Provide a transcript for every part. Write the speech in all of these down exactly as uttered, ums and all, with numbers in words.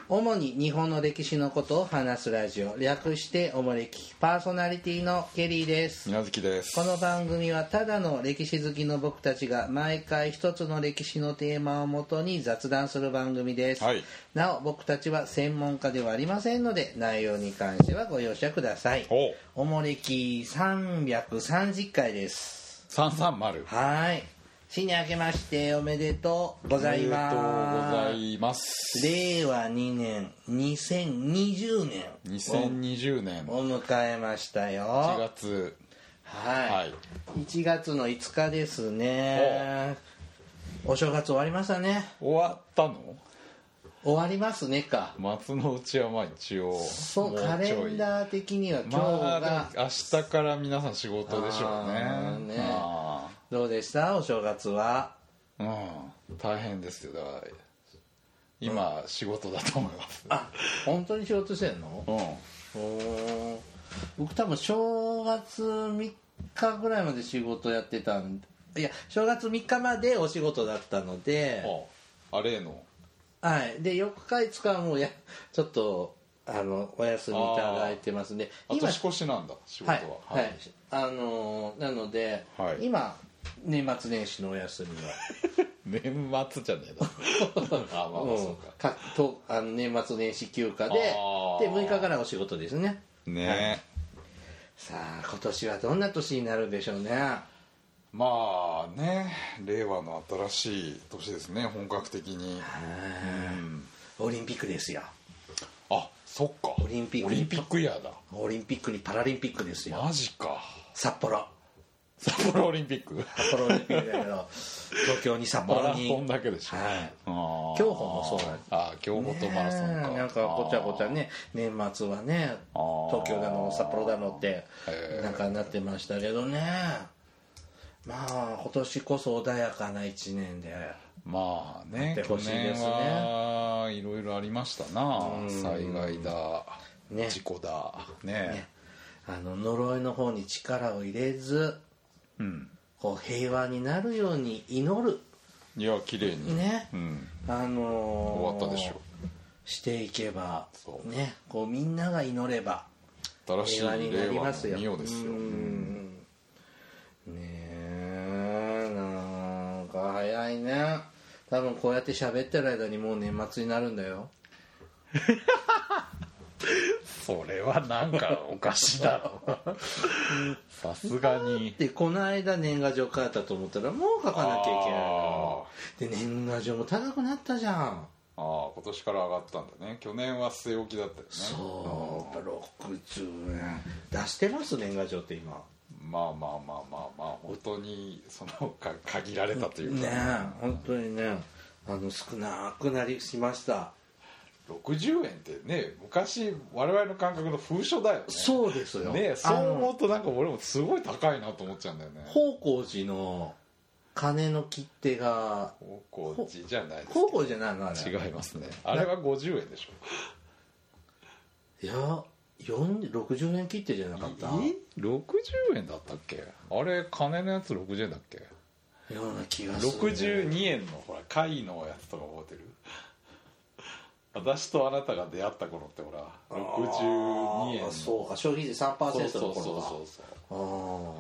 主に日本の歴史のことを話すラジオ、略しておもれき、パーソナリティのケリーです。 宮月です。 この番組はただの歴史好きの僕たちが毎回一つの歴史のテーマをもとに雑談する番組です、 はい、 なお僕たちは専門家ではありませんので内容に関してはご容赦ください。おもれきさんびゃくさんじゅっかいです。 さんさんまる。 はい、新年明けましておめでとうございます。 おめでとうございます。 れいわにねんにせんにじゅうねんにせんにじゅうねんを迎えましたよ。 いちがつ、 はい、 はい、 いちがつのいつかですね。お正月終わりましたね。 終わったの？ 終わりますねか。 松の内はまあ一応そう、カレンダー的には今日が、 まあ、明日から皆さん仕事でしょうね。 ねあどうでしたお正月は？ うん、大変ですよ。だから今、うん、仕事だと思います。 あ、本当に仕事してんの？うん。お僕多分正月みっかぐらいまで仕事やってたんいや正月みっかまでお仕事だったので、 あ例のはいでよっかいつかはもうやちょっとあのお休みいただいてますんで、 今年越しなんだ仕事は。 はい、はい、あのー、なので、はい、今年末年始のお休みは年末じゃねえだあ、まあまあそうか、 かとあの年末年始休暇ででむいかからお仕事ですね。 ね、はい、 さあ今年はどんな年になるでしょうね。 まあね、令和の新しい年ですね、本格的に。 うん、オリンピックですよ。 あ、そっか、 オリンピックオリンピックイヤーだ。 オリンピックにパラリンピックですよ。 マジか。 札幌札幌オリンピック札幌オリンピックだけど東京に札幌にマラソンだけでしょ、 はい、競歩もそうなんです。 あ競歩とマラソンか、 なんかごちゃごちゃね、年末はね東京だの札幌だのってなんかなってましたけどね。まあ今年こそ穏やかないちねんでまあね、去年はいろいろありましたな。災害だ、ね、事故だ ね, ねあの呪いの方に力を入れず、うん、こう平和になるように祈る。 いや綺麗にね、 うん、 あのー、 終わったでしょしていけばね、こうみんなが祈れば新しい平和になりますよ。 令和の御代ですよ。 うんねえ、なんか早いね。多分こうやって喋ってる間にもう年末になるんだよそれはなんかおかしいだろさすがに。 でこの間年賀状書いたと思ったらもう書かなきゃいけないので、年賀状も高くなったじゃん。ああ、今年から上がったんだね。去年は据え置きだったよね。 そうろくじゅうえん出してます年賀状って今。 まあまあまあまあまあ本当にそのか限られたというかねえ本当にね、あの少なくなりしました。 ろくじゅうえんってね、昔我々の感覚の封書だよね。 そうですよね。そう思うとなんか俺もすごい高いなと思っちゃうんだよね。 宝光寺の金の切手が宝光寺じゃないです。 宝光寺じゃないのあれ。 違いますね。あれはごじゅうえんでしょ。 いやろくじゅうえん切手じゃなかった。 えろくじゅうえんだったっけ。あれ金のやつろくじゅうえんだっけ。 ような気がする、ね、 ろくじゅうにえんのほら貝のやつとか覚えてる。私とあなたが出会った頃ってほらろくじゅうにえんの。 そうか、消費税 さんパーセント の頃か。 そうそうそうそう。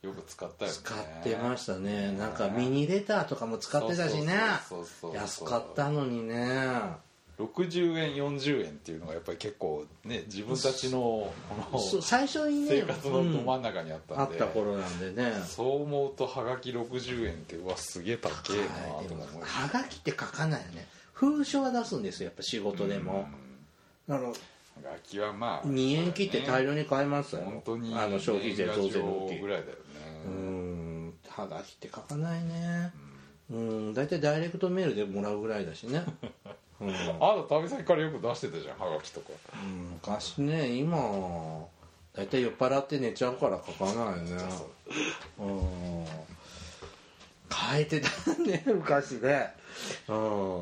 よく使ったよね。 使ってましたね。なんかミニレターとかも使ってたしね。安かったのにね。 ろくじゅうえんよんじゅうえんっていうのがやっぱり結構ね、自分たちのこの最初にね生活のど真ん中にあったんで、 うん、あった頃なんでね。 そう思うとはがきろくじゅうえんってうわすげえ高えなと思う。 はがきって書かないよね。封書は出すんですよやっぱ仕事でも。あのはがきはまあにえん切って大量に買いますよ。 本当にあの消費税増税の時ぐらいだよね。 うんはがきって書かないね。うんだいたいダイレクトメールでもらうぐらいだしね。うん、 あなた旅先からよく出してたじゃんはがきとか。 うん、昔ね、今だいたい酔っ払って寝ちゃうから書かないね。うん変えてたね昔ね。うん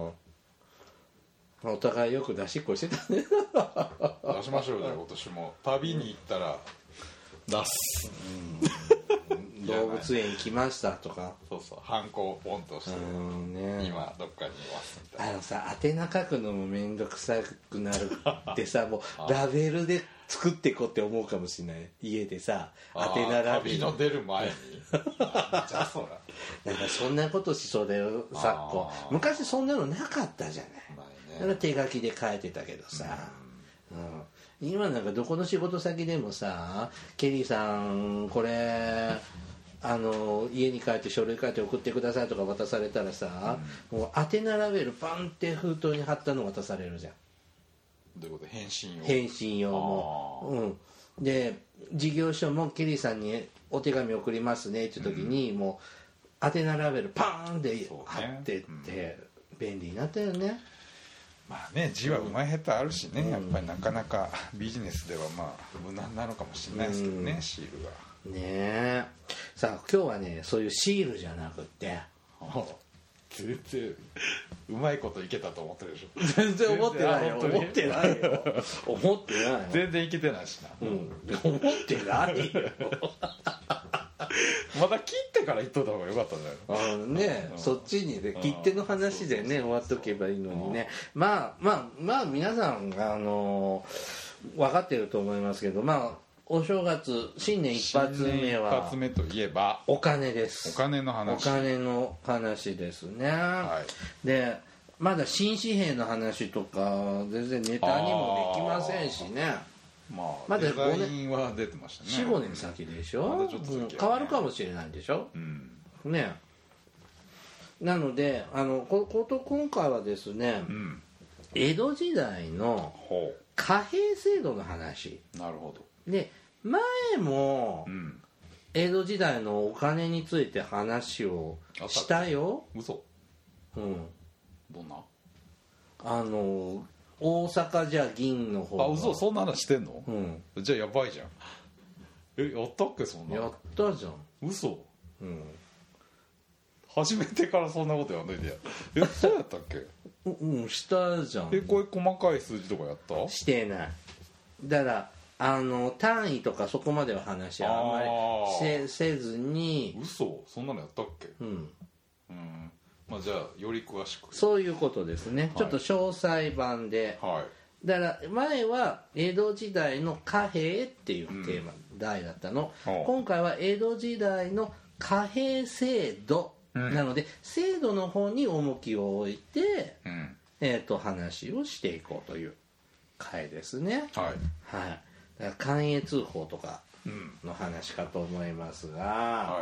お互いよく出しっこしてたね出しましょうじゃあ今年も旅に行ったら出す、 うん、 動物園来ましたとか、 そうそう、ハンコをポンとして、うん、ね、今どっかにいますみたいな。 あのさ、宛名書くのも面倒くさくなるってさもうラベルで作っていこうって思うかもしれない。家でさ宛名ラベル、 旅の出る前にじゃあそらなんかそんなことしそうだよ昨今。昔そんなのなかったじゃない、まあね、だから手書きで書いてたけどさ、うん、うん、今なんかどこの仕事先でもさ、ケリーさんこれあの家に帰って書類書いて送ってくださいとか渡されたらさ、うん、もう宛名ラベルパンって封筒に貼ったの渡されるじゃん。 どういうこと？返信用？ 返信用も、うん、で事業所もケリーさんにお手紙送りますねっていう時に、うん、もう宛名ラベルパーンで貼ってって、ね、うん、便利になったよね。 まあね、字はうまい下手あるしね、うん、やっぱりなかなかビジネスではまあ無難なのかもしれないですけどね、うん、シールがねえ。さあ今日はね、そういうシールじゃなくって全然うまいこといけたと思ってるでしょ。 全然思ってないよ。思ってないよ。思ってないよ。 全然いけてないしな。 うん。思ってないよ。 また切ってから言っといた方がよかったんだよ。 あのね、うん、そっちにね、切手の話でね終わっとけばいいのにね。まあまあまあ皆さんがあのー、分かってると思いますけど、まあ。お正月新年一発目は一発目といえばお金です。 お金の話。 お金の話ですね、はい、でまだ新紙幣の話とか全然ネタにもできませんしね。 まあ、まだごねんは出てましたね。 よん,ご 年先でしょ、まだちょっと先、ね、うん、変わるかもしれないでしょ、うん、ね。なのであのここと今回はですね、うん、江戸時代の貨幣制度の話。 なるほど。 で前も江戸時代のお金について話をしたよ。 嘘。うん。どんな？ あの大阪じゃ銀の方。 あ、嘘、そんな話してんの？うん。じゃあやばいじゃん。え、やったっけそんな。 やったじゃん。 嘘。うん。初めてからそんなことやんないでや。え、そうやったっけ？ うん、したじゃん。 え、これ細かい数字とかやった？ してない。だからあの単位とかそこまでは話はあんまり せ, せずに。 嘘、そんなのやったっけ。うん、うん、まあじゃあより詳しく。 そういうことですね、はい、ちょっと詳細版で、はい、だから前は江戸時代の貨幣っていうテーマ、うん、題だったの。今回は江戸時代の貨幣制度、うん、なので制度の方に重きを置いて、うん、えー、と話をしていこうという回ですね。はい、はい、関越通報とかの話かと思いますが、はい、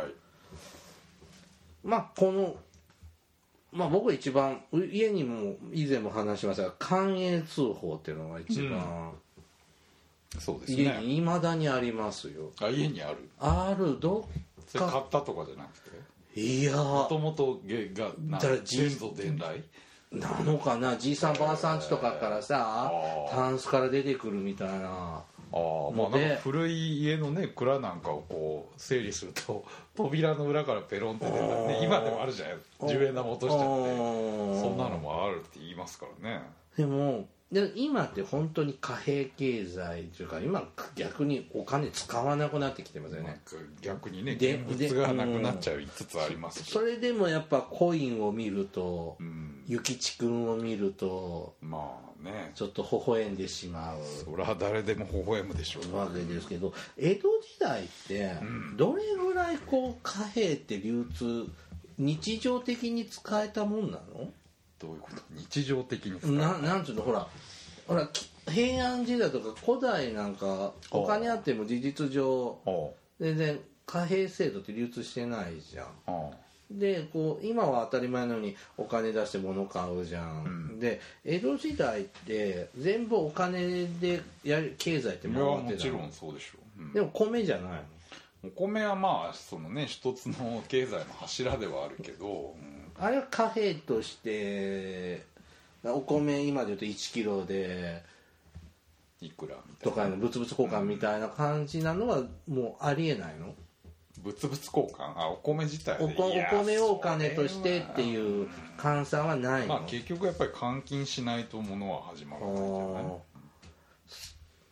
まあこの、まあ、僕一番家にも以前も話しましたが関越通報っていうのが一番、うん、そうですね、家にいまだにありますよ。 あ、家にある。 ある。どっかそれ買ったとかじゃなくて、 いやもともとが先祖伝来なのかな、じいさんばあさんちとかからさタンスから出てくるみたいな。 ああ、まあなんか古い家のね蔵なんかをこう整理すると扉の裏からペロンって出たね、今でもあるじゃない、じゅうえん玉落としちゃって、そんなのもあるって言いますからね。 でもで今って本当に貨幣経済というか今逆にお金使わなくなってきてますよね。 逆にね現物がなくなっちゃいつつありますけど、それでもやっぱコインを見ると、うん、諭吉くんを見るとまあねちょっと微笑んでしまう。 それは誰でも微笑むでしょうわけですけど、江戸時代ってどれぐらいこう貨幣って流通日常的に使えたもんなの？ どういうこと？日常的に使うな、なんていうの、ほらほら平安時代とか古代なんかお金あっても事実上全然貨幣制度って流通してないじゃん。でこう今は当たり前のようにお金出して物買うじゃん、うん、で江戸時代って全部お金でやる経済って回ってたの。 もちろんそうでしょう、 うん、でも米じゃないの。 お米はまあそのね一つの経済の柱ではあるけど、うんあれは貨幣としてお米今で言うといちキロでいくらみたいなとかの物々交換みたいな感じなのはもうありえないの？ 物々交換、あ、お米自体でお, お米をお金としてっていう換算はないの？ まあ結局やっぱり換金しないと物は始まらないんじゃない？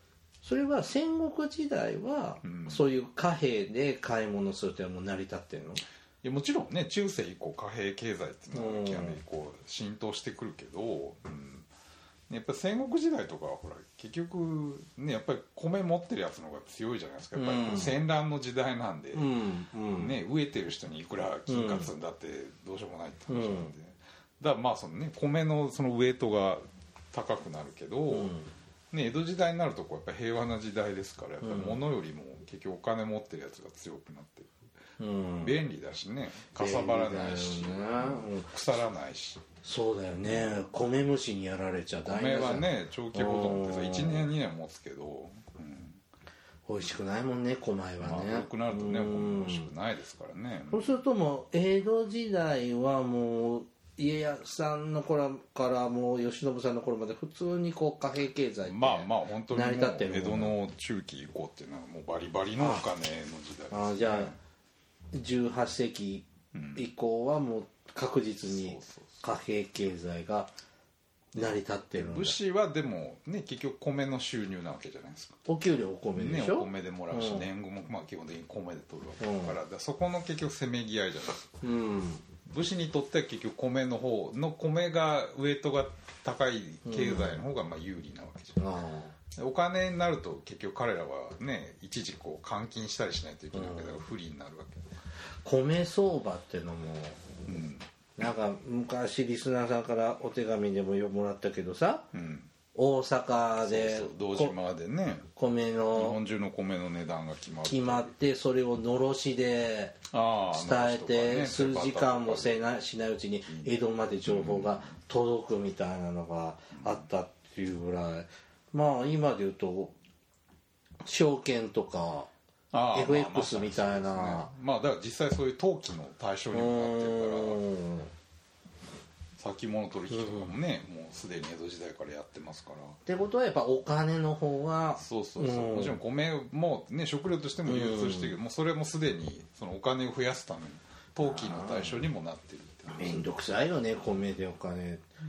それは戦国時代は、うん、そういう貨幣で買い物するってのはもう成り立ってるの？いやもちろんね中世以降貨幣経済っていうのは極めこう浸透してくるけど、うんやっぱり戦国時代とかはほら結局ねやっぱり米持ってるやつの方が強いじゃないですか。やっぱり戦乱の時代なんで、うんうんね、飢えてる人にいくら金貨積んだってどうしようもないって話なんで、うん、だからまあそのね米のそのウエイトが高くなるけど、うんね、江戸時代になるとこうやっぱ平和な時代ですからやっぱり物よりも結局お金持ってるやつが強くなってる、うん、便利だしねかさばらないし、ねうん、腐らないし。 そうだよね米虫にやられちゃ大変だ。 米はね長期保存ってさいちねんにねん持つけど、うん、 美味しくないもんね米はね。 まあ、よくなるとね美味しくないですからね。 そうするともう江戸時代はもう家康さんの頃からもう慶喜さんの頃まで普通にこう貨幣経済ってまあまあ本当にもう江戸の中期以降っていうのはもうバリバリのお金の時代です、ね、 ああじゃあじゅうはっせいき以降はもう確実に貨幣経済が成り立ってるんだ。 武士はでもね結局米の収入なわけじゃないですか。 お給料お米でしょ、 ね、お米でもらうし、うん、年貢もまあ基本的に米で取るわけだから、うん、だからそこの結局せめぎ合いじゃないですか、うん、武士にとっては結局米の方の米がウエイトが高い経済の方がまあ有利なわけじゃない、うん、お金になると結局彼らはね一時こう換金したりしないといけないわけだから不利になるわけ、 米相場っていうのも、うんなんか昔リスナーさんからお手紙でももらったけどさ、うん、大阪でそうそう堂島でね米の日本中の米の値段が決まって決まってそれをのろしで伝えて、ね、数時間もせなしないうちに江戸まで情報が届くみたいなのがあったっていうぐらい、まあ今で言うと証券とかあ エフエックス みたいな、 まあ、ね、まあだから実際そういう投機の対象にもなってるから先物取引とかもね、うん、もうすでに江戸時代からやってますから。 ってことはやっぱお金の方はそうそうそう、うん、もちろん米も、ね、食料としても流通してるけど、うん、もうそれもすでにそのお金を増やすために投機の対象にもなってるってめんどくさいよね米でお金、うん、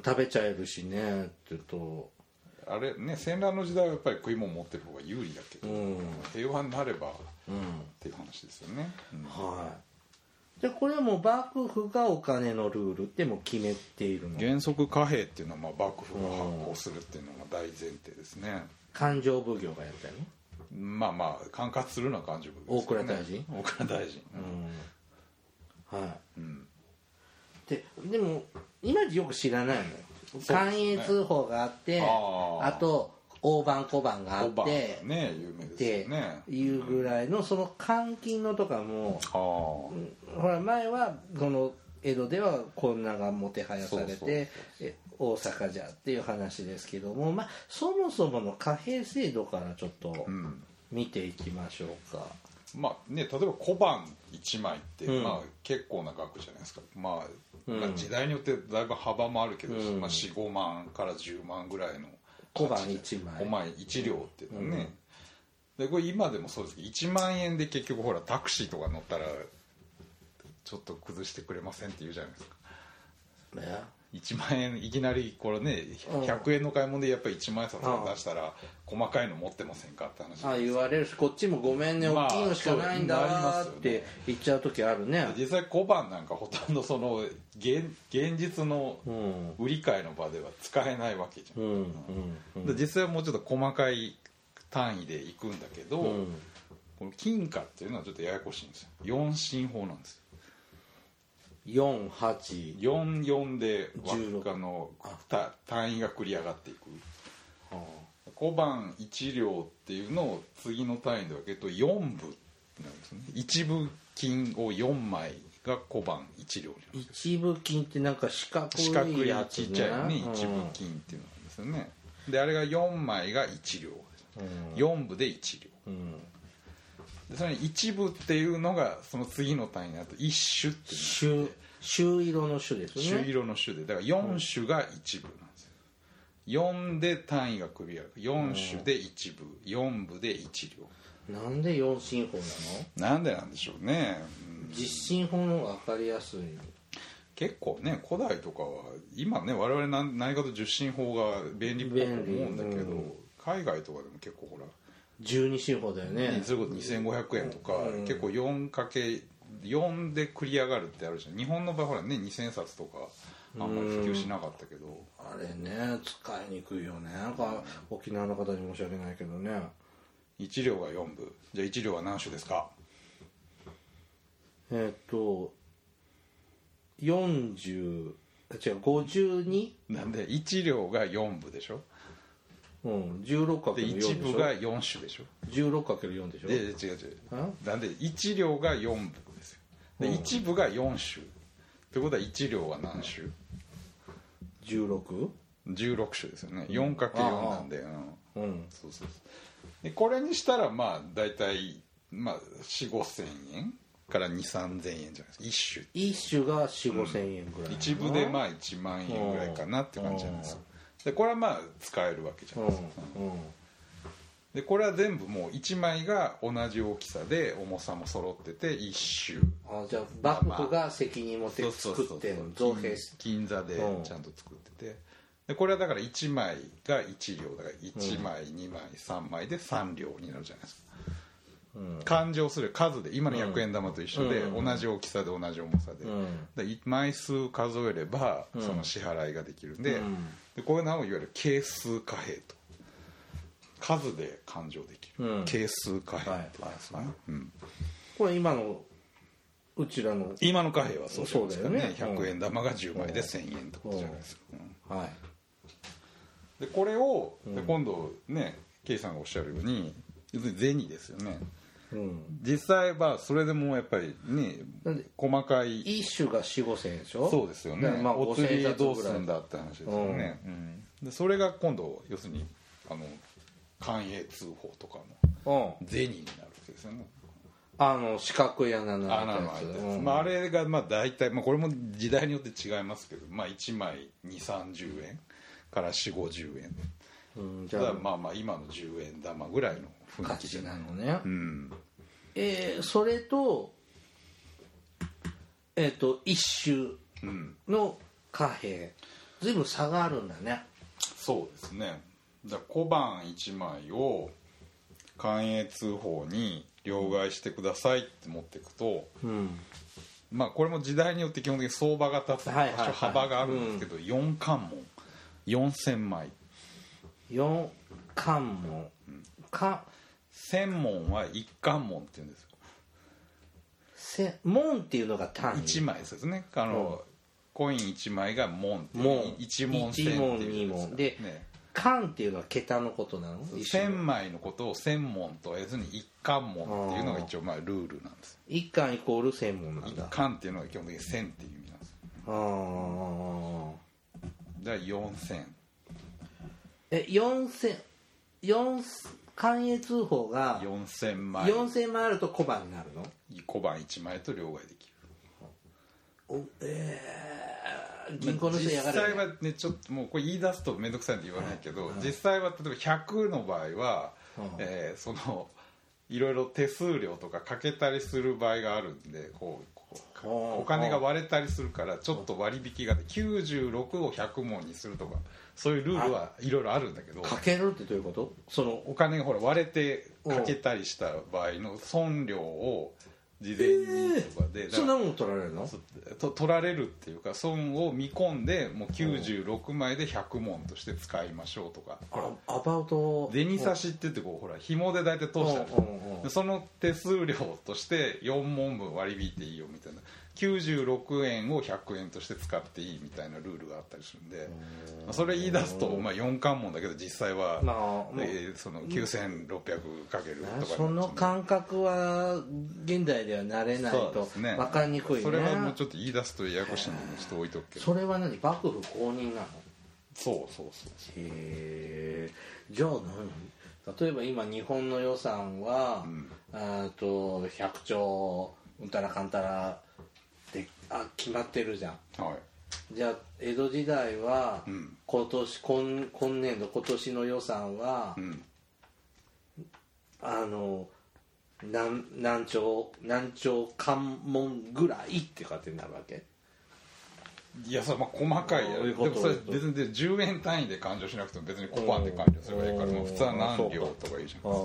食べちゃえるしねって言うとあれね戦乱の時代はやっぱり食い物持ってる方が有利だけど、うん、平和になれば、うん、っていう話ですよね、うん、 はいでこれはもう幕府がお金のルールってもう決めているの？ 原則貨幣っていうのはまあ幕府が発行するっていうのが大前提ですね。 勘定奉行がやったの？ まあまあ管轄するのは勘定奉行ですよね。 大蔵大臣？ 大蔵大臣、 うんうん、はい、うん、で, でも今よく知らないのよ。寛永通宝があって、ね、あ, あと大判小判があってね有名ですよねっていうぐらいのその換金のとかも、ほら前はこの江戸ではこんながもてはやされて大阪じゃっていう話ですけども、まあそもそもの貨幣制度からちょっと見ていきましょうか。 うん、まあね例えば小判いちまいって、うん、まあ結構な額じゃないですか。まあまあ、時代によってだいぶ幅もあるけど、うんまあ、よん、ごまんからじゅうまんぐらいの小判いちまい小判いち両っていうのはね、うん、でこれ今でもそうですけどいちまんえんで結局ほらタクシーとか乗ったらちょっと崩してくれませんって言うじゃないですか、ね、いちまんえんいきなりこれねひゃくえんの買い物でやっぱりいちまんえん札を出したら細かいの持ってませんかって話。 ああ言われるしこっちもごめんね、まあ、大きいのしかないんだって言っちゃう時あるね。 実際小判なんかほとんどその 現, 現実の売り買いの場では使えないわけじゃん、うんうんうん、で実際はもうちょっと細かい単位でいくんだけど、うん、この金貨っていうのはちょっとややこしいんですよ。よん進法なんですよ。 よん、はち、 よん、よんで輪っかの単位が繰り上がっていく。小判いち両っていうのを次の単位で分けるとよん部なんですね。一部金をよんまいが小判いち両になるんです。 一部金ってなんか四角いやつね。 四角いちっちゃいね、一部金っていうのなんですよね。であれがよんまいがいち両、うん、よん部でいち両、うん、でそれに一部っていうのがその次の単位になると一種っていう朱色の種ですね。 朱色の種でだからよん種が一部なんですよ。よんで単位が繰り上がる。よん種でいち部、よん部でいち両。 なんでよん進法なの？なんでなんでしょうね。 うん、実進法の方が分かりやすい。 結構ね古代とかは今ね我々何何かと十進法が便利っぽく思うんだけど、うん、 海外とかでも結構ほらじゅうに進法だよね。 それこそにせんごひゃくえんとか、うん、結構 よんかけるよん で繰り上がるってあるじゃん。日本の場合ほらねにせんさつとかあんまり普及しなかったけど、 あれね使いにくいよね。なんか沖縄の方に申し訳ないけどね。 いち両がよん部。じゃあいち両は何種ですか？ えー、っとよんじゅう違う ごじゅうになんでいち両がよん部でしょ。 うん、じゅうろくかけるよんでしょ。 でいち部がよん種でしょ。 じゅうろくかけるよんでしょ。 で違う違う。なんでいち両がよん部ですよ。で、うん、いち部がよん種ってことはいち両は何種？ じゅうろく？ じゅうろく種ですよね。 よんかけるよん なんで、うん、 うん、 そうそうそう。でこれにしたらまあ大体まあよんせんごせんえんからにせんさんぜんえんじゃないですか。いち種いち種がよん、ごせんえんぐらい、 いち部でまあいちまんえんぐらいかなって感じなんですよ。でこれはまあ使えるわけじゃないですか、うんうん、でこれは全部もういちまいが同じ大きさで重さも揃ってていち種。 あじゃあ幕府が責任持って作ってるの、造幣金座でちゃんと作ってて、でこれはだからいちまいがいち両だからいちまい、うん、にまいさんまいでさん両になるじゃないですか、うん、勘定する数で今のひゃくえん玉と一緒で、うん、同じ大きさで同じ重さで、うん、で枚数数えればその支払いができるんで、うん、でこういうのをいわゆる係数貨幣と数で勘定できる、うん、係数貨幣って言うんですかね、はいうん、 これ今のうちらの今の貨幣はそうじゃないですかね、ねひゃくえん玉がじゅうまいでせんえんってことじゃないですか、うんはい、でこれを、うん、で今度ねケイさんがおっしゃるように要するに銭ですよね、うん、実際はそれでもやっぱりね細かい一種がよん、ごせんえんでしょ。 そうですよね、まあ、お釣りどうするんだって話ですよね、うんうん、でそれが今度要するにあの官営通報とかの銭になるわけですよね。 あの四角い穴のあ穴の間、うんまあ、あれがまあ大体、まあ、これも時代によって違いますけど、まあ、いちまいにじゅうさんじゅうえんからよんじゅうごじゅうえん、うん、じゃあまあまあ今のじゅうえん玉ぐらいの雰囲気なのね、 うんえー、それとえっ、ー、と一種の貨幣、うん、随分差があるんだね。 そうですね。だから小判いちまいを官営通報に両替してくださいって持っていくと、うん、まあこれも時代によって基本的に相場が立つ場所幅があるんですけど、うん、よん関門よんせんまいよん関門、うん、か千門はいち関門っていうんですよ。 せ門っていうのが単位いちまいですね。あの、うん、コインいちまいが門っていういち門千っていうんですか、 で、ね、関っていうのは桁のことなの？ 千枚のことを千門とは要するに一関門っていうのが一応まあルールなんです。 一関イコール千門なんだ。 一関っていうのは基本的に千っていう意味なんです。ああ。じゃあ四千。 え四千四関営通報が四千枚。 四千枚あると小判になるの？ 小判一枚と両替できる。 おえー、銀行の人やがる、 ね、実際はねちょっともうこれ言い出すと面倒くさいんで言わないけど、はいはい、実際は例えばひゃくの場合は、はいえー、そのいろいろ手数料とかかけたりする場合があるんでこうこうお金が割れたりするからちょっと割引がきゅうじゅうろくをひゃく問にするとかそういうルールはいろいろあるんだけど、 かけるってどういうこと？そのお金がほら割れてかけたりした場合の損料を事前にとかで、えー、 そんなもん取られるの？ と取られるっていうか損を見込んでもうきゅうじゅうろくまいでひゃく問として使いましょうとか、 あアバウト銭差しって言ってこうほら紐で大体通してある、その手数料としてよん問分割り引いていいよみたいな、きゅうじゅうろくえんをひゃくえんとして使っていいみたいなルールがあったりするんで、それ言い出すとまあよん関門だけど実際は、まあえー、そのきゅうせんろっぴゃくかけるとか、 その感覚は現代では慣れないと分かりにくいね。 それはもうちょっと言い出すとややこしいんでちょっと置いとくけど、 それは何幕府公認なの？ そうそうそうへえ。じゃあ何例えば今日本の予算は、うん、あとひゃくちょううんたらかんたらであ決まってるじゃん、はい、じゃあ江戸時代は、うん、今年 今, 今年度今年の予算は、うん、あの何, 何兆何兆関門ぐらいって感じになるわけ？ いやそれまあ細かいやでもそれ別にじゅうえん単位で勘定しなくても別に小判で勘定すればいいからもう普通は何両とかいいじゃん。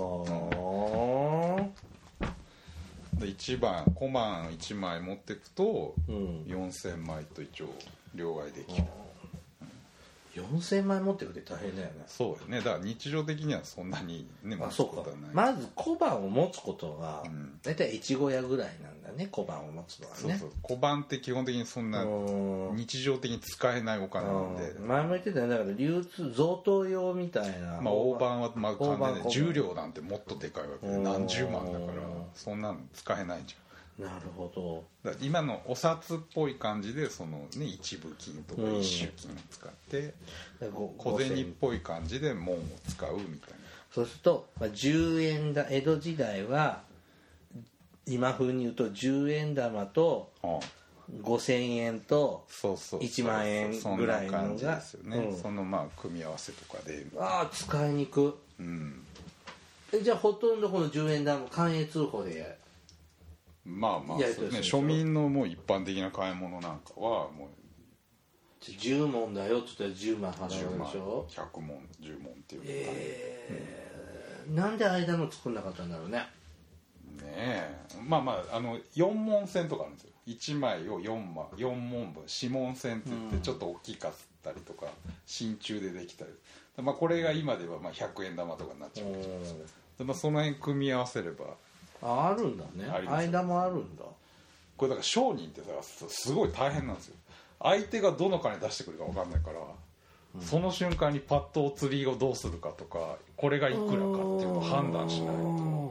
でいちばん小判いちまい持っていくとよんせんまいと一応両替できる。 よんせんまい持ってくって大変だよね。 そうよね。だから日常的にはそんなにね持つことはない。 まず小判を持つことが大体越後屋ぐらいなんだね、小判を持つのはね。 そうそう、小判って基本的にそんな日常的に使えないお金なんで。 前も言ってたよね、だから流通贈答用みたいな。 まあ大判はまあ完全にじゅう両なんてもっとでかいわけで何十万だからそんなの使えないじゃん。 なるほど。 だから今のお札っぽい感じでその、ね、一部金とか一種金を使って、うん、小銭っぽい感じで門を使うみたいな。 そうすると、まあ、じゅうえんだ江戸時代は今風に言うとじゅうえん玉とごせんえんといちまんえんぐらいのが、 そんな感じですよね、うん、そのまあ組み合わせとかでああ使いにくい、うん、えじゃあほとんどこのじゅうえん玉関越通貨でやる。 まあまあそうね、庶民のもう一般的な買い物なんかはもうじゅうもんだよって言ったらじゅうまん払うでしょ。 ひゃくもんじゅうもんっていう、 えーうん、なんで間の作んなかったんだろうね。ねえまあまああのよんもん線とかあるんですよ。いちまいを 4, 枚よんもんぶんよんもん線って言ってちょっと大きかったりとか真鍮でできたり、まあ、これが今ではまあひゃくえん玉とかになっちゃうわけじゃないですか。まあ、その辺組み合わせればあるんだね。間もあるんだ。 これだから商人ってさすごい大変なんですよ。相手がどの金出してくるか分かんないから、うん、その瞬間にパッとお釣りをどうするかとかこれがいくらかっていうのを判断しないと。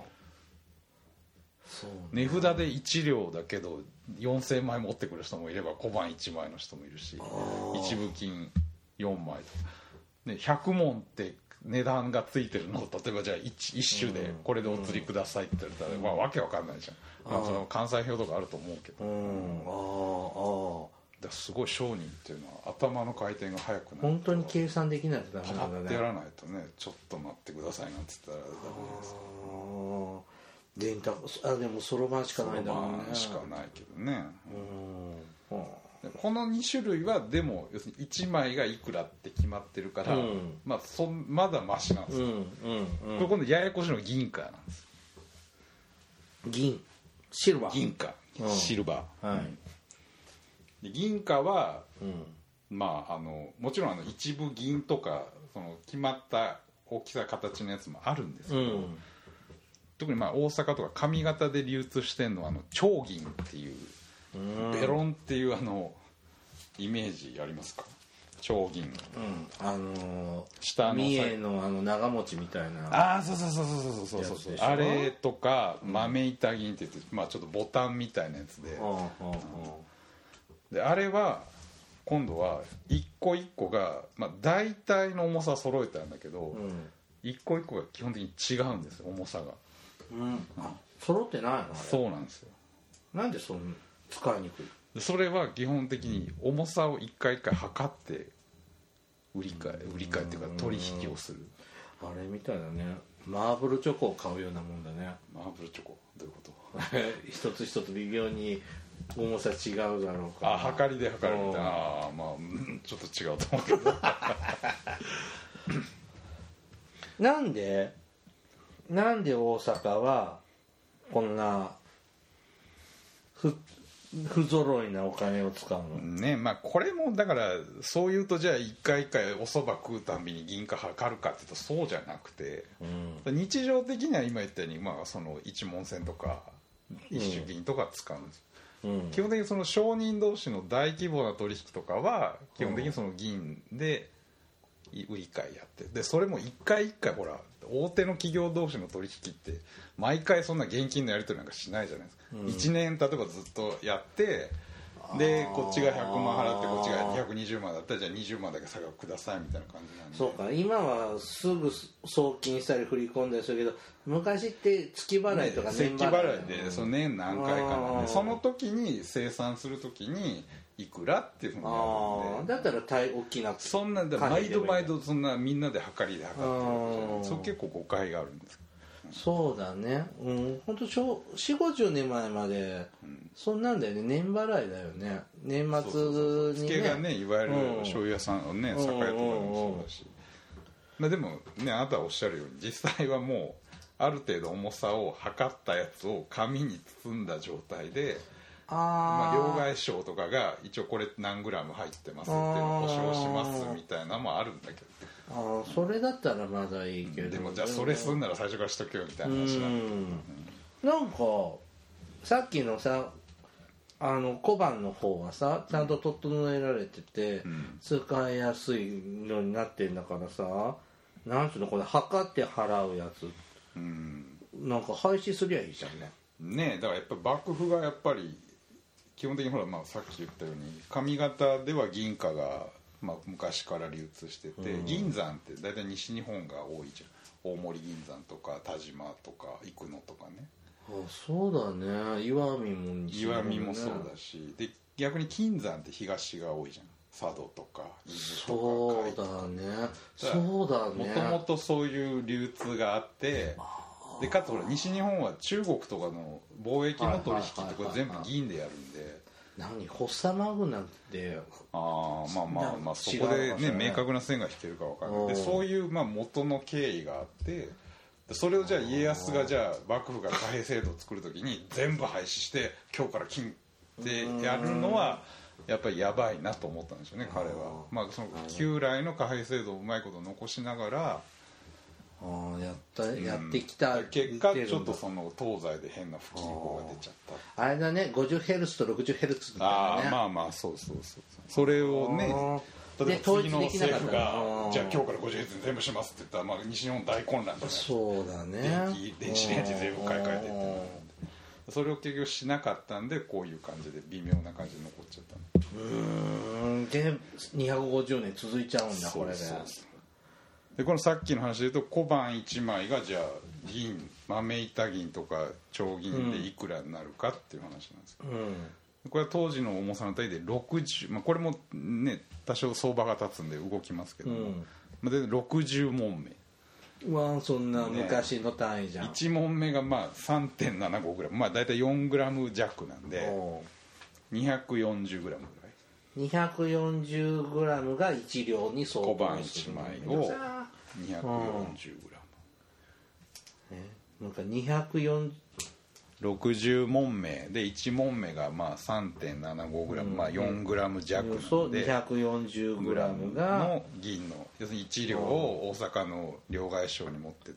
値札でいち両だけどよんせんまい持ってくる人もいれば小判いちまいの人もいるし一部金よんまいとか、ね、ひゃくもんって値段がついてるのを例えばじゃあ 1, 一種でこれでお釣りくださいって言ったら、うんまあ、わけわかんないじゃん、まあ、その関西表とかあると思うけど、うん、ああだすごい商人っていうのは頭の回転が速くなる。 本当に計算できないとダメなんだね。 パパってやらないとねちょっと待ってくださいなんて言ったらダメです電卓あでもそろばんしかないんだもんね。 そろばんしかないけどね。うんこのに種類はでも要するにいちまいがいくらって決まってるから、うん、まあそまだマシなんですよ、うんうんうん、これ今度ややこしいのが銀貨なんです。 銀シルバー銀貨、うん、シルバー、はい、で銀貨は、うん、まああのもちろんあの一部銀とかその決まった大きさ形のやつもあるんですけど、うん、特にまあ大阪とか上方で流通してるのはあの長銀っていうベロンっていうあのイメージありますか。長銀、うん、 あのー、下の三重のあの長持ちみたいなああそうそうそうそうそうそうそうあれとか豆板銀って言って、まあ、ちょっとボタンみたいなやつで、うん、であれは今度は一個一個が、まあ、大体の重さ揃えてあるんだけど、うん、一個一個が基本的に違うんですよ重さが、 うん、あ揃ってないの。あれそうなんですよ。 なんでそんな使いにくい。 それは基本的に重さを一回一回測って売り買い売り買いっていうか取引をする。 あれみたいだね。マーブルチョコを買うようなもんだね。 マーブルチョコどういうこと一つ一つ微妙に重さ違うだろうか。 あ測りで測るみたいな。あまあちょっと違うと思うけどなんでなんで大阪はこんなふ不揃いなお金を使うのね。まあこれもだからそういうとじゃあ一回一回おそば食うたんびに銀貨測るかっていうとそうじゃなくて、うん、日常的には今言ったように、まあ、その一文銭とか一種銀とか使うんです、うん、基本的にその商人同士の大規模な取引とかは基本的にその銀で売り買いやってでそれも一回一回ほら大手の企業同士の取引って毎回そんな現金のやり取りなんかしないじゃないですか、うん、いちねん例えばずっとやってでこっちがひゃくまん払ってこっちがにひゃくにじゅうまんだったらじゃあにじゅうまんだけ差額くださいみたいな感じなんで。 そうか今はすぐ送金したり振り込んだりするけど昔って月払いとか年払い、 ね、月払いでその年何回かなんでその時に生産する時にいくらっていうふうにやるんでだったら大大きなそんな毎度毎度そんなみんなで測りで測ってるそれ結構誤解があるんです。 そうだね、うん、本当よんじゅうごじゅうねんまえまで、うん、そんなんだよね、年払いだよね、年末にね、そうそうそう、 付けがね、いわゆる醤油屋さんね、酒屋とかでもそうだし、まあ、でもね、あなたはおっしゃるように実際はもうある程度重さを測ったやつを紙に包んだ状態で、あ、まあ、両替商とかが一応これ何グラム入ってますっていうのを保証しますみたいなのもあるんだけど、 ああ、それだったらまだいいけど、 でもじゃあそれすんなら最初からしとけよみたいな話なんだけど、うん、 なんかさっきのさ、あの小判の方はさちゃんと整えられてて、うん、使いやすいのになってんだからさ、なんつうの、これ測って払うやつ、うん、なんか廃止すりゃいいじゃんね。 ねえ、だからやっぱ幕府がやっぱり基本的にほら、まあ、さっき言ったように上方では銀貨が、まあ、昔から流通してて、うん、銀山って大体西日本が多いじゃん。大森銀山とか田島とか生野とかね。 あ、そうだね、岩見も西日本、ね、岩見もそうだし、で逆に金山って東が多いじゃん。佐渡とか伊豆とかそうだね、そうだね、 もともとそういう流通があって、でかつほら西日本は中国とかの貿易の取引ってこれ全部銀でやるんで、 何ホッサマグなんて、 ああ、まあまあまあ、そこでね明確な線が引けるか分からないで、そういうまあ元の経緯があって、それをじゃあ家康がじゃあ幕府が貨幣制度を作るときに全部廃止して今日から金でやるのはやっぱりやばいなと思ったんでしょうね、彼は。まあその旧来の貨幣制度をうまいこと残しながら、 あ、やったやってきた、 うん、結果ちょっとその東西で変な不均衡が出ちゃった。 あれだね、 ごじゅうヘルツ と ろくじゅうヘルツ みたいなね。 あ、まあまあそうそうそう、それをね、例えば次の政府がじゃあ今日から ごじゅうヘルツ に全部しますって言ったら、まあ、西日本大混乱じゃないですか。 そうだね、 電気電子レンジ全部買い替えてってそれを結局しなかったんで、こういう感じで微妙な感じで残っちゃった。 うーん、でにひゃくごじゅうねん続いちゃうんだ、これで。そうそうそう、 でこのさっきの話で言うと小判いちまいがじゃあ銀、豆板銀とか丁銀でいくらになるかっていう話なんですけど、うん、これは当時の重さの単位でろくじゅう、まあ、これもね多少相場が立つんで動きますけども、うん、まあ、でろくじゅうもんめ、 うわ、そんな昔の単位じゃん、ね、 いちもんめがまあ さんてんななごグラム、まあ大体よんグラム弱なんでにひゃくよんじゅうグラムぐらい、 にひゃくよんじゅうグラムがいち両に相当する。 小判いちまいをにひゃくよんじゅうグラム、 ね、なんかにひゃくよんじゅうろくじゅうもんめでいちもんめがまあ さんてんななごグラム、うん、まあよんグラム弱なんでにひゃくよんじゅうグラムがの銀の要するにいち両を大阪の両替商に持ってって、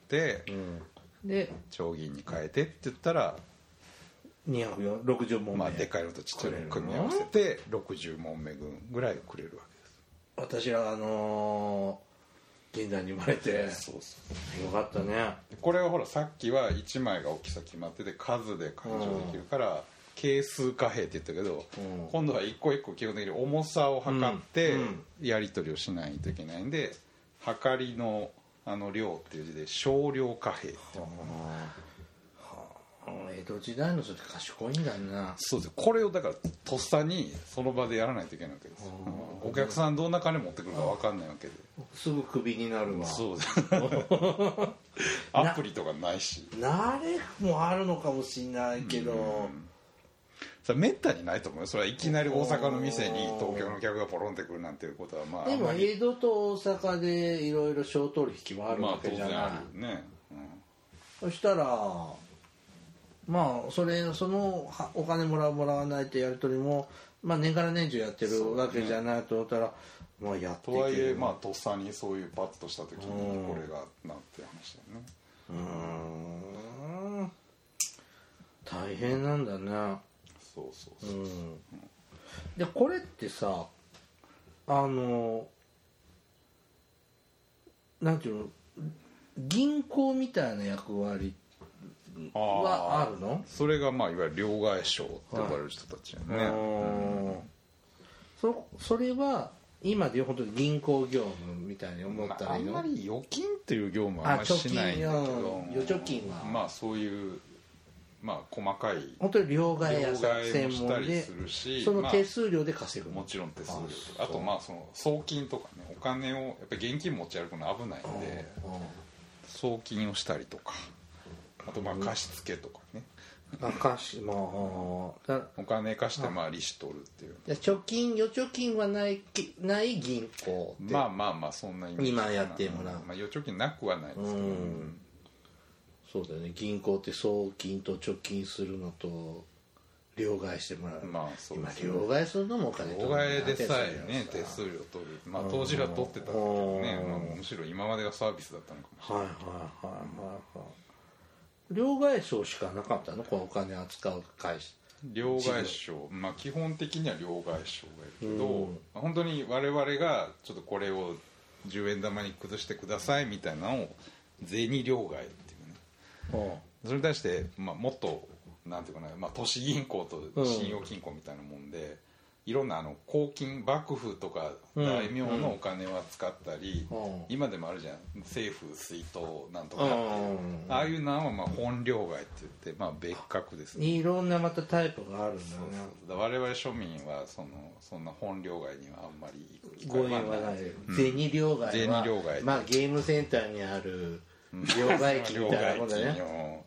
うん、で丁銀に変えてって言ったらにひゃくろくじゅうもんめ、 まあ、でかいのとちっちゃいのを組み合わせてろくじゅうもんめ分ぐらいくれるわけです。私はあのー現代に生まれて、そうそうよかったね。 これはほらさっきはいちまいが大きさ決まってて数で勘定できるから、うん、係数貨幣って言ったけど、うん、今度は一個一個基本的に重さを測ってやり取りをしないといけないんで、測りのあの量っていう字で少量貨幣って、はあ、江戸時代の人って賢いんだな。 そうです。これをだからとっさにその場でやらないといけないわけですよ。お客さんどんな金持ってくるか分かんないわけですぐクビになるわ。 そうですアプリとかないし、 慣れもあるのかもしれないけど、うん、 それめったにないと思うよ。それはいきなり大阪の店に東京の客がポロンってくるなんていうことはまあ、 でも江戸と大阪でいろいろ商取引はあるわけじゃない、まあ、当然あるよね、うん、そしたらまあそれそのお金もらうもらわないってやり取りも、まあ、年がら年中やってるわけじゃないと思ったら、まあ、やっていける。 とはいえまあとっさにそういうパッとした時にこれがなって話だよね。 うーん、大変なんだね。 そうそうそうそう、うん、 でこれってさ、あのなんていうの、銀行みたいな役割はあるの？ それがまあいわゆる両替商って呼ばれる人たちやね、はい、うん、 そ, それは今でいう本当に銀行業務みたいに思ったらいいの？ まあ、あんまり預金っていう業務はあんまりしないんだけど、 預貯金はまあそういうまあ細かい本当に両替屋さん専門でその手数料で稼ぐ、 まあ、もちろん手数料とか、あとまあその送金とかね、お金をやっぱり現金持ち歩くの危ないんで送金をしたりとか、 あとまあ貸し付けとかね、 あ貸しまあお金貸してまあ利子取るっていう、 貯金預貯金はないない銀行ってまあまあまあそんなイメージ今やってもらう、 まあ、預貯金なくはないですけど、うん、 そうだよね。銀行って送金と貯金するのと両替してもらう、 まあそうですね、 今両替するのもお金取る両替でさえね手数料取る、まあ当時は取ってたんだけどね、まあ、むしろ今までがサービスだったのかもしれない。 はいはいはいはい。両替商しかなかったのこのお金扱う会社。 両替商、まあ基本的には両替商がいるけど、うん、本当に我々がちょっとこれをじゅうえん玉に崩してくださいみたいなのを銭両替っていうね、うん、それに対して、まあ、もっとなんていうかな、まあ、都市銀行と信用金庫みたいなもんで、うん、いろんなあの公金幕府とか大名のお金は使ったり、うん、今でもあるじゃん政府水筒なんとかって、うん、ああいうのはまあ本両替って言って、まあ、別格ですね。 いろんなまたタイプがあるんだよね。 そうそう、我々庶民はそのそんな本両替にはあんまり行く機会はない。銭両替は、 銭両替、 まあ、ゲームセンターにある両替機みたいなもんだね。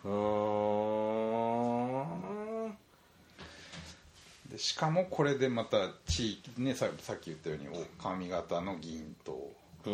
でしかもこれでまた地域ね、さ, さっき言ったように上方の銀と、うん、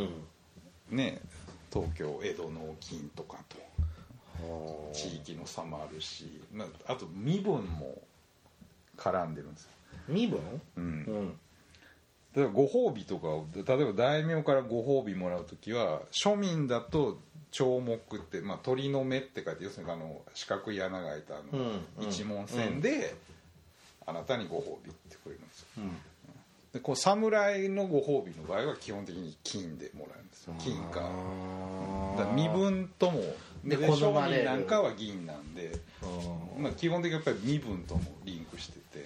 ね東京江戸の銀とかと地域の差もあるし、まあ、あと身分も絡んでるんですよ。 身分、 うん、うん、例えばご褒美とかを例えば大名からご褒美もらうときは庶民だと帳目って、まあ、鳥の目って書いて要するにあの四角い穴が開いたあの、うん、一文銭で、うん、あなたにご褒美ってくれるんですよ、うん、でこう侍のご褒美の場合は基本的に金でもらえるんですよ。金かだから身分ともで商人なんかは銀なんで、まあ、基本的にやっぱり身分ともリンクしてて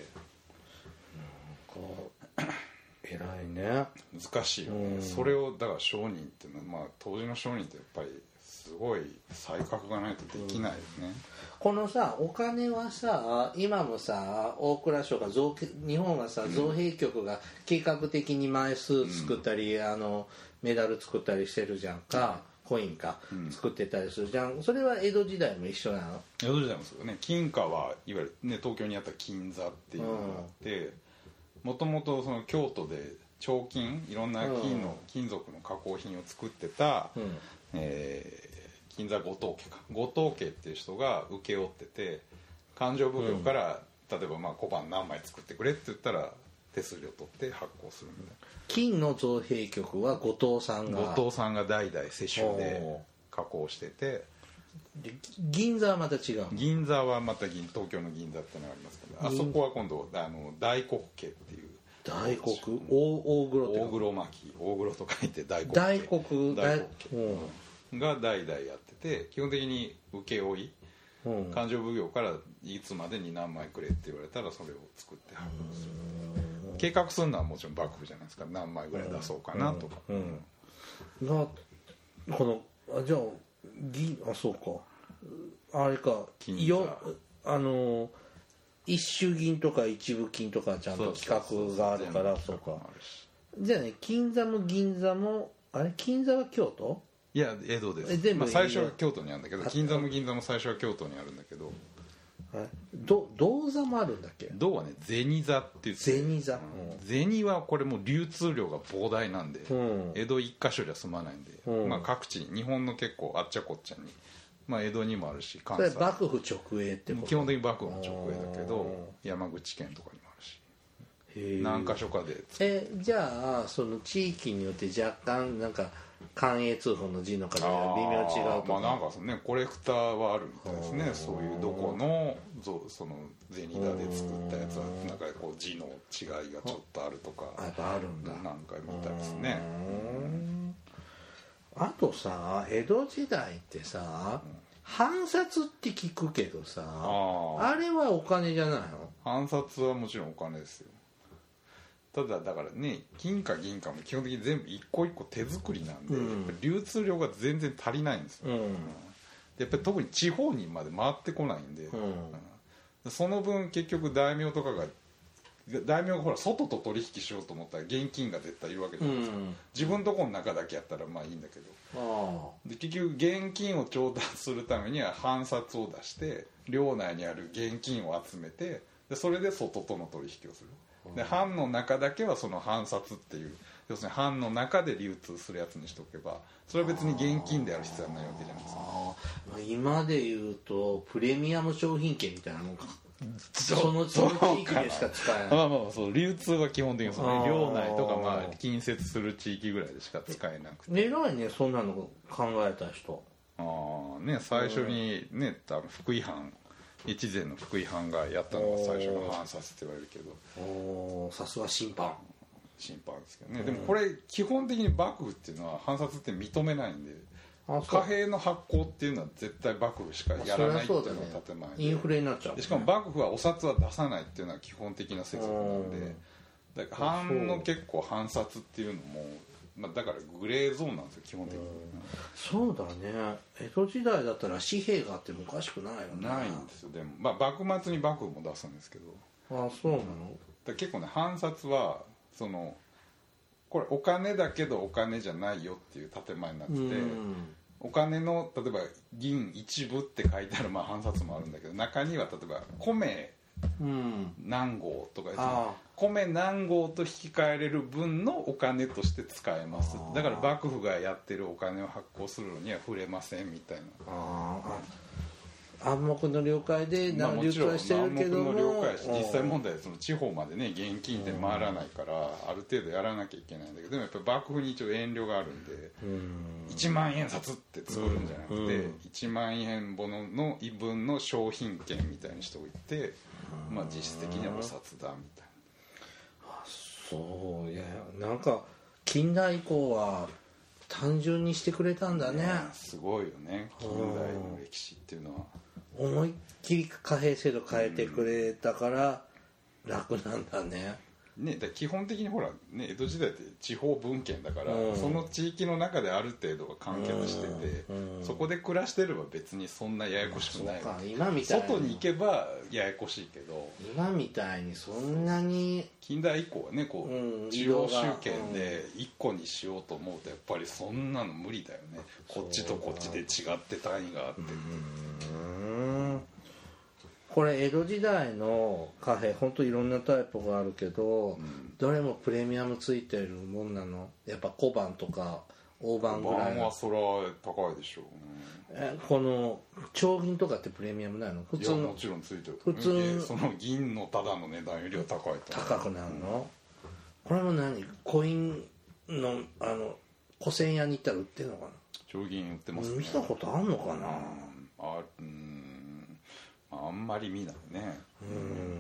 偉いね。 難しいよね、うん、それをだから商人っていうのは、まあ、当時の商人ってやっぱりすごい才覚がないとできないよね、うん、 このさお金はさ今もさ大蔵省が造日本はさ造幣局が計画的に枚数作ったり、うん、あのメダル作ったりしてるじゃんか、うん、コインか、うん、作ってたりするじゃん。それは江戸時代も一緒なの？ 江戸時代もそうよね。金貨はいわゆる、ね、東京にあった金座っていうのがあってもともと京都で彫金いろんな金の、うん、金属の加工品を作ってた、うんえー金座後藤家か後藤家っていう人が請け負ってて勘定奉行から、うん、例えばまあ小判何枚作ってくれって言ったら手数料取って発行するみたいな。 金の造幣局は後藤さんが後藤さんが代々世襲で加工しててで銀座はまた違う。 銀座はまた銀東京の銀座ってのがありますけどあそこは今度あの大黒家っていう大黒大大黒って大黒巻き大黒と書いて大黒大黒大黒家が代々やってて基本的に請負い、うん、勘定奉行からいつまでに何枚くれって言われたらそれを作って発行する。計画するのはもちろん幕府じゃないですか。何枚ぐらい出そうかなとか、うんうんうん、なこのあじゃあ銀あそうかあれかよあの一種銀とか一部金とかちゃんと規格があるからそうか。じゃあね金座も銀座もあれ金座は京都？ いや江戸です。全部、まあ、最初は京都にあるんだけど金座も銀座も最初は京都にあるんだけどど銅座もあるんだっけ？ 銅はね銭座って言って銭座、うん、 銭はこれもう流通量が膨大なんで、うん、江戸一箇所じゃ済まないんで、うんまあ、各地に日本の結構あっちゃこっちゃに、まあ、江戸にもあるし関西それ幕府直営ってこと基本的に幕府の直営だけど山口県とかにもあるし何箇所かでえじゃあその地域によって若干なんか寛永通報の字の数が微妙違うとかまあなんかねコレクターはあるみたいですね。そういうどこのその銭田で作ったやつはなんかこう字の違いがちょっとあるとかやっぱあるんだなんかみたいですね。 あとさ江戸時代ってさ、うん、藩札って聞くけどさ あ, あれはお金じゃないの？ 藩札はもちろんお金ですよ。ただだからね金貨銀貨も基本的に全部一個一個手作りなんで、うん、やっぱ流通量が全然足りないんですよ、うん、やっぱり特に地方にまで回ってこないんで、うん、その分結局大名とかが大名がほら外と取引しようと思ったら現金が絶対いるわけじゃないですか、うん、自分とこの中だけやったらまあいいんだけど、あで結局現金を調達するためには藩札を出して領内にある現金を集めて、でそれで外との取引をする。で藩の中だけはその藩札っていう要するに藩の中で流通するやつにしておけば、それは別に現金である必要はないわけじゃないですか。 あ今で言うとプレミアム商品券みたいなもんか。そのその地域でしか使えない。 まあまあそう流通は基本的にその領内とかまあ近接する地域ぐらいでしか使えなくて。 偉いねそんなの考えた人。 ああね最初にね多分福井藩越前の福井藩がやったのが最初の藩札って言われるけど。 おさすが審判。 審判ですけどね。でもこれ基本的に幕府っていうのは藩札って認めないんで。貨幣の発行っていうのは絶対幕府しかやらないっていうのが建前で、 インフレになっちゃう、ね、 しかも幕府はお札は出さないっていうのは基本的な接続なんで、だから藩の結構藩札っていうのも、まあ、だからグレーゾーンなんですよ基本的に。 そうだね江戸時代だったら紙幣があってもおかしくないよね。 ないんですよ。でも、まあ、幕末に幕府も出すんですけど。 あそうなの。 だ結構ね藩札はそのこれお金だけどお金じゃないよっていう建前になってて、お金の例えば銀一部って書いてあるまあ藩札もあるんだけど、中には例えば米何合とかですね、米何合と引き換えれる分のお金として使えます。だから幕府がやってるお金を発行するのには触れませんみたいな。あ暗黙の了解で流通してるけども、 暗黙の了解し実際問題はその地方までね現金って回らないからある程度やらなきゃいけないんだけど、でもやっぱり幕府に一応遠慮があるんで、いちまん円札って作るんじゃなくていちまん円ものの分の商品券みたいにしておいて、まあ実質的にはお札だみたいな。 あそういやなんか近代以降は単純にしてくれたんだね。 すごいよね近代の歴史っていうのは。 思いっきり貨幣制度変えてくれたから楽なんだね。 ね、だ基本的にほら、ね、江戸時代って地方分権だから、うん、その地域の中である程度が完結してて、うんうん、そこで暮らしてれば別にそんなややこしくない。 今みたいに外に行けばややこしいけど、 今みたいにそんなに近代以降はねこう、うん、地方集権で一個にしようと思うとやっぱりそんなの無理だよね。こっちとこっちで違って単位があって。 うんこれ江戸時代の貨幣本当いろんなタイプがあるけど、うん、どれもプレミアムついてるもんなの。やっぱ小判とか大判ぐらい。 小判はそれは高いでしょう、 ね、えこの丁銀とかってプレミアムないの。普通の。いやもちろんついてる。 普通その銀のただの値段よりは高いと。 高くなるの、うん、これも何コインのあの古銭屋に行ったら売ってるのかな。 丁銀売ってますね。 見たことあんのかな、うん、 あうんあんまり見ないね。 うん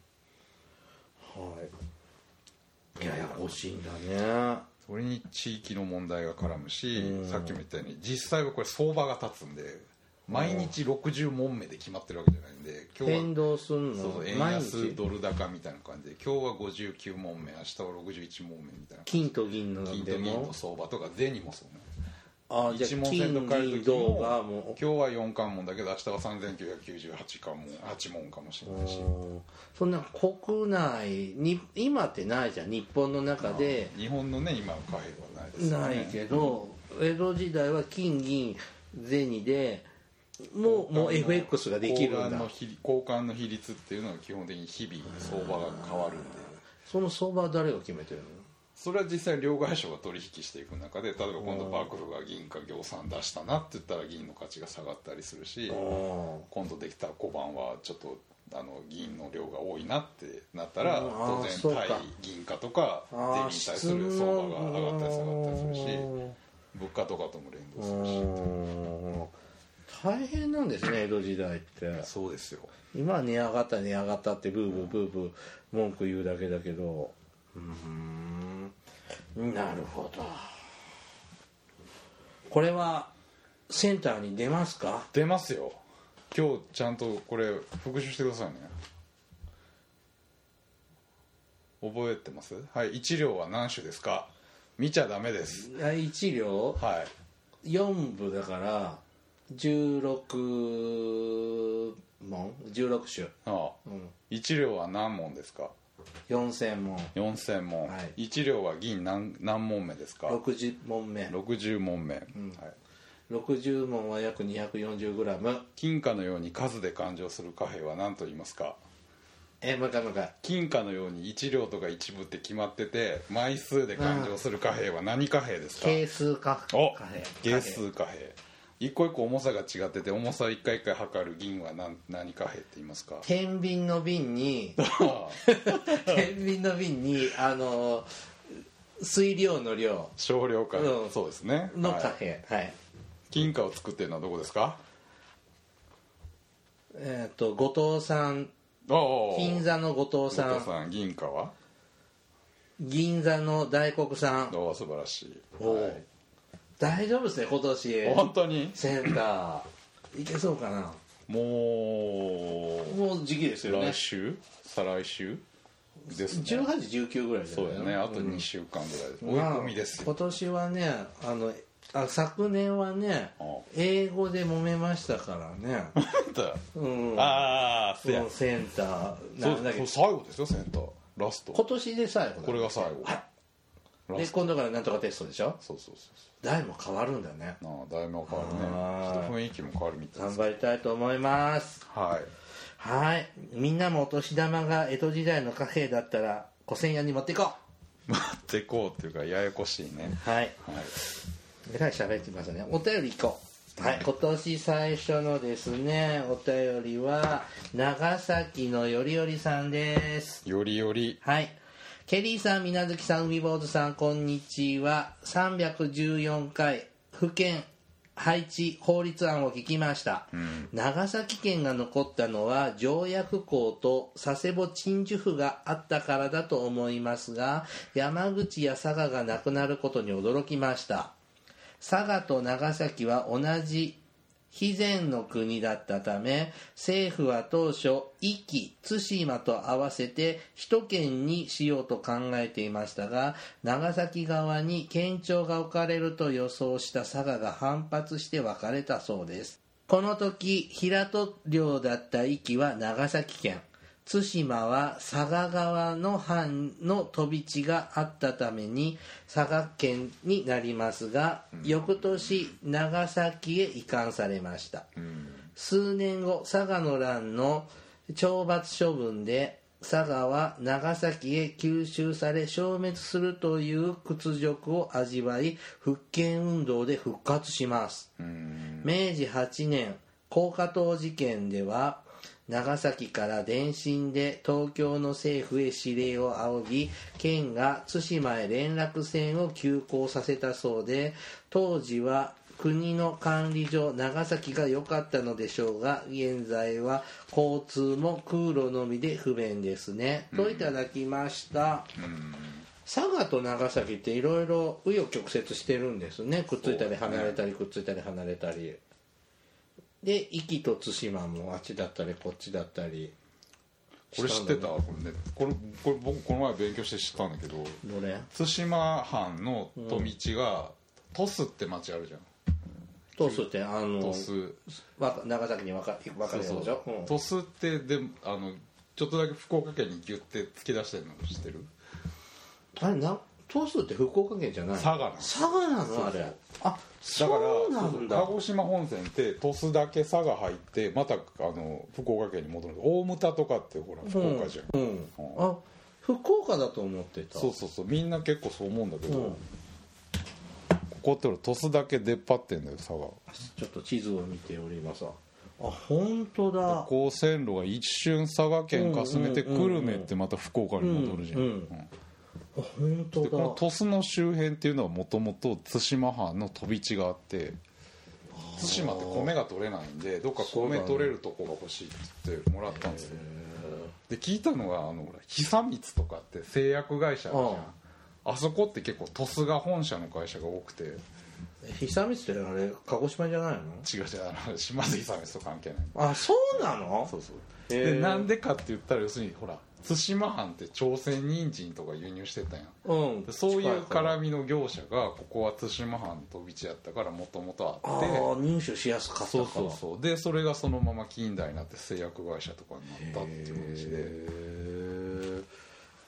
はいややこしいんだね。 それに地域の問題が絡むし、さっきも言ったように実際はこれ相場が立つんで毎日ろくじゅうもんめで決まってるわけじゃないんで、 今日は変動すんの。 そうそう円安ドル高みたいな感じで今日はごじゅうきゅうもんめ明日はろくじゅういちもんめみたいな。 金と銀の金と銀の相場とか銭もそうね。 あじゃあ金銀銅がもう今日はよんかんもんだけど明日はさんぜんきゅうひゃくきゅうじゅうはちかんもんはちもんかもしれないし。 そんな国内に今ってないじゃん日本の中で。 日本のね今の貨幣はないですね。ないけど、うん、江戸時代は金銀銭でもうもう エフエックス ができるんだ。 交換の比率っていうのは基本的に日々相場が変わるんで。 その相場は誰が決めてるの。 それは実際両替商が取引していく中で例えば今度幕府が銀か行産出したなって言ったら銀の価値が下がったりするし、今度できた小判はちょっとあの銀の量が多いなってなったら当然対銀貨とか銭に対する相場が上がったり下がったりするし物価とかとも連動するし大変なんですね江戸時代って。 そうですよ。 今は値上がった値上がったってブーブーブーブー文句言うだけだけどうーんなるほど。これはセンターに出ますか。 出ますよ。今日ちゃんとこれ復習してくださいね。覚えてます。はいいち両は何種ですか。見ちゃダメです。 いち両はいよん部だからじゅうろくもんじゅうろく種。 ああ、うん、いち両は何問ですか。 よんせんもんよんせんもん、 はい、 いち両は銀 何, 何問目ですか？ ろくじゅうもんめろくじゅうもんめ、 うんはい、 ろくじゅうもんは約 にひゃくよんじゅうグラム。 金貨のように数で勘定する貨幣は何と言いますか？ えもう一回もう一回。 金貨のようにいち両とかいち部って決まってて枚数で勘定する貨幣は何貨幣ですか？ 係数貨お幣係数貨幣。一個一個重さが違ってて重さを一回一回測る銀は 何, 何貨幣って言いますか？ 天秤の瓶に天秤の瓶にあの水量の量少量貨幣、 うん、 そうですねの貨幣、はい、はい、 金貨を作ってるのはどこですか？ えっ、ー、と後藤さん、金座の後藤さん。 後藤さん。銀貨は銀座の大黒さん。 お素晴らしい、 お、はい、大丈夫ですね今年。 本当にセンターいけそうかな。 もうもう時期ですよね。 来週再来週ですね。 じゅうはち、じゅうきゅうぐらいそうだね。あとにしゅうかんぐらいです、うん、追い込みですよ、 まあ、今年はねあのあ昨年はね英語で揉めましたからねうん、 ああ、 センターなんだっけ、最後ですよセンターラスト。 今年で最後だ。 これが最後。 で今度からなんとかテストでしょ。 そうそうそう。 題も変わるんだよね。 ああ、題も変わるね。ちょっと雰囲気も変わるみたいです。 頑張りたいと思います。 はいはい。みんなもお年玉が江戸時代の貨幣だったらごせんえんに持っていこう。持っていこうっていうかややこしいね。 はい。はい。 えらい喋ってますね。お便りいこう。はい。今年最初のですねお便りは長崎のよりよりさんです。 よりより。 はい。ケリーさん、みなずきさん、海坊主さん、こんにちは。さんびゃくじゅうよんかい府県配置法律案を聞きました、うん、長崎県が残ったのは条約港と佐世保鎮守府があったからだと思いますが、山口や佐賀がなくなることに驚きました。佐賀と長崎は同じ肥前の国だったため、政府は当初壱岐、対馬と合わせて一県にしようと考えていましたが、長崎側に県庁が置かれると予想した佐賀が反発して分かれたそうです。この時平戸領だった壱岐は長崎県、対馬は佐賀側の藩の飛び地があったために佐賀県になりますが、うん、翌年長崎へ移管されました、うん、数年後佐賀の乱の懲罰処分で佐賀は長崎へ吸収され消滅するという屈辱を味わい復権運動で復活します、うん、めいじはちねん高架島事件では長崎から電信で東京の政府へ指令を仰ぎ、県が対馬へ連絡線を急行させたそうで、当時は国の管理上長崎が良かったのでしょうが、現在は交通も空路のみで不便ですね、うん、といただきました、うん、佐賀と長崎っていろいろ紆余曲折してるんですね。くっついたり離れたり、くっついたり離れたりで、壱岐と対馬もあっちだったりこっちだったり。 これ知ってた？これね、これこれ僕この前勉強して知ったんだけど、 どれ？ 対馬藩の飛び地が、うん、鳥栖って町あるじゃん。 鳥栖ってあの鳥栖長崎に分か分かるやつでしょ。 うん、鳥栖ってであのちょっとだけ福岡県にギュッて突き出してるの知ってる？ あれな、鳥栖って福岡県じゃない？ 佐賀なの。 佐賀なのあれ。あ、そうなんだ。 鹿児島本線って鳥栖だけ佐賀入ってまたあの福岡県に戻る。大牟田とかってほら福岡じゃん、うんうん、 あ、福岡だと思ってた。 そうそうそう、みんな結構そう思うんだけど、うん、ここって鳥栖だけ出っ張ってんだよ佐賀。 ちょっと地図を見ております。あ、本当だ。 こう線路が一瞬佐賀県かすめて久留米ってまた福岡に戻るじゃん、うんうんうん、 本当だ。 でこの鳥栖の周辺っていうのはもともと対馬藩の飛び地があって、対馬って米が取れないんでどっか米取れるとこが欲しいって言ってもらったんですよ。で聞いたのがあの久光とかって製薬会社あるじゃん。 あ, あそこって結構鳥栖が本社の会社が多くて。 久光ってあれ鹿児島じゃないの？ 違う違う、あの島津久光と関係ない。 あ、そうなの？ そうそう。でなんでかって言ったら要するにほら対馬藩って朝鮮人参とか輸入してたやん、うん、でそういう絡みの業者がここは対馬藩の飛び地やったからもともとあって、ああ入手しやすかったから。 そうそうそう。でそれがそのまま近代になって製薬会社とかになったっていう話で。へ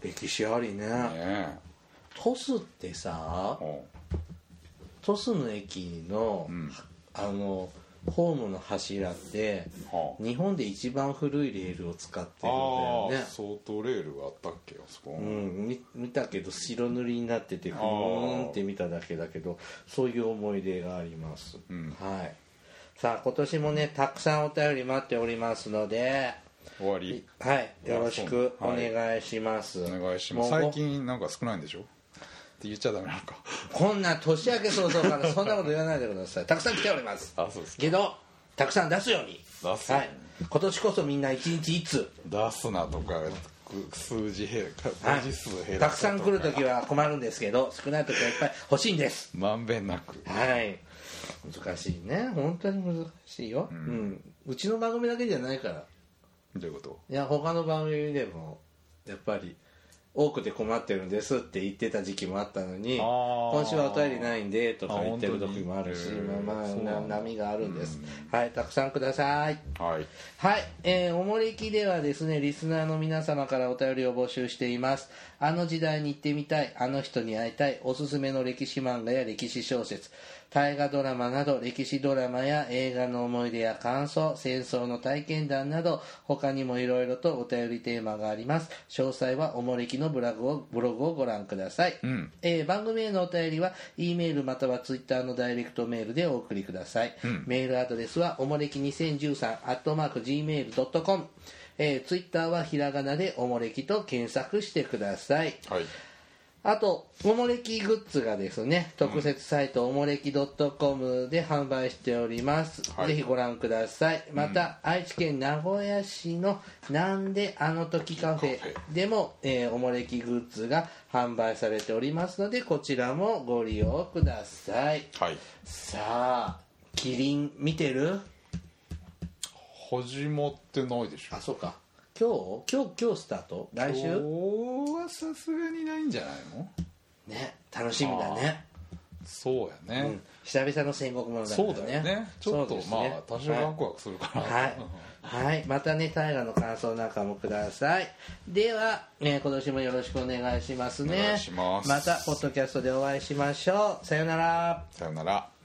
歴史ありね。 ね鳥栖ってさ、 え鳥栖の駅の、 うん、 あのホームの柱って、はあ、日本で一番古いレールを使ってるんだよね。 ああ相当レールがあったっけあそこ、 うん、見, 見たけど白塗りになっててふーんって見ただけだけど、そういう思い出があります、うん、はい。さあ今年もねたくさんお便り待っておりますので、 終わり、 はいよろしくお願いします、 はい、お願いします。最近なんか少ないんでしょって言っちゃダメなのかこんな年明け早々からそんなこと言わないでください。たくさん来ております。 あそうですけどたくさん出すように出す、 はい、今年こそみんないちにちいつ出すなとか数字減文字数減らすとか、 たくさん来るときは困るんですけど少ないときはいっぱい欲しいんです。 まんべんなく。 はい難しいね本当に難しいよ、うんうん、うちの番組だけじゃないから。 どういうこと？ いや他の番組でもやっぱり多くて困ってるんですって言ってた時期もあったのに、今週はお便りないんでとか言ってる時もあるし、まあまあ波があるんです、うん、はいたくさんください。 はい、 はい、えー、おもれきではですねリスナーの皆様からお便りを募集しています。あの時代に行ってみたい、あの人に会いたい、おすすめの歴史漫画や歴史小説、大河ドラマなど歴史ドラマや映画の思い出や感想、戦争の体験談など他にもいろいろとお便りテーマがあります。詳細はおもれきのブログを、ブログをご覧ください、うんえー、番組へのお便りは E メールまたは Twitter のダイレクトメールでお送りください、うん、メールアドレスはおもれきにせんじゅうさんアットマーク ジーメールドットコム、えー、Twitter はひらがなでおもれきと検索してください、はい。あとおもれきグッズがですね特設サイト、うん、おもれき .com で販売しております、はい、ぜひご覧ください。また、うん、愛知県名古屋市のなんであの時カフェでも、えー、おもれきグッズが販売されておりますのでこちらもご利用ください、はい、さあキリン見てる？ 始まってないでしょ。 あそうか今日今日今日スタート来週？ 今日はさすがにないんじゃないのね楽しみだね。 そうやね、うん、 久々の戦国物だからね。 そうだよねちょっと、ね、まあ多少ワクワクするかなはい、はいはい、またね大河の感想なんかもください。では、えー、今年もよろしくお願いしますね。 お願いします。 またポッドキャストでお会いしましょう。さよなら。 さよなら。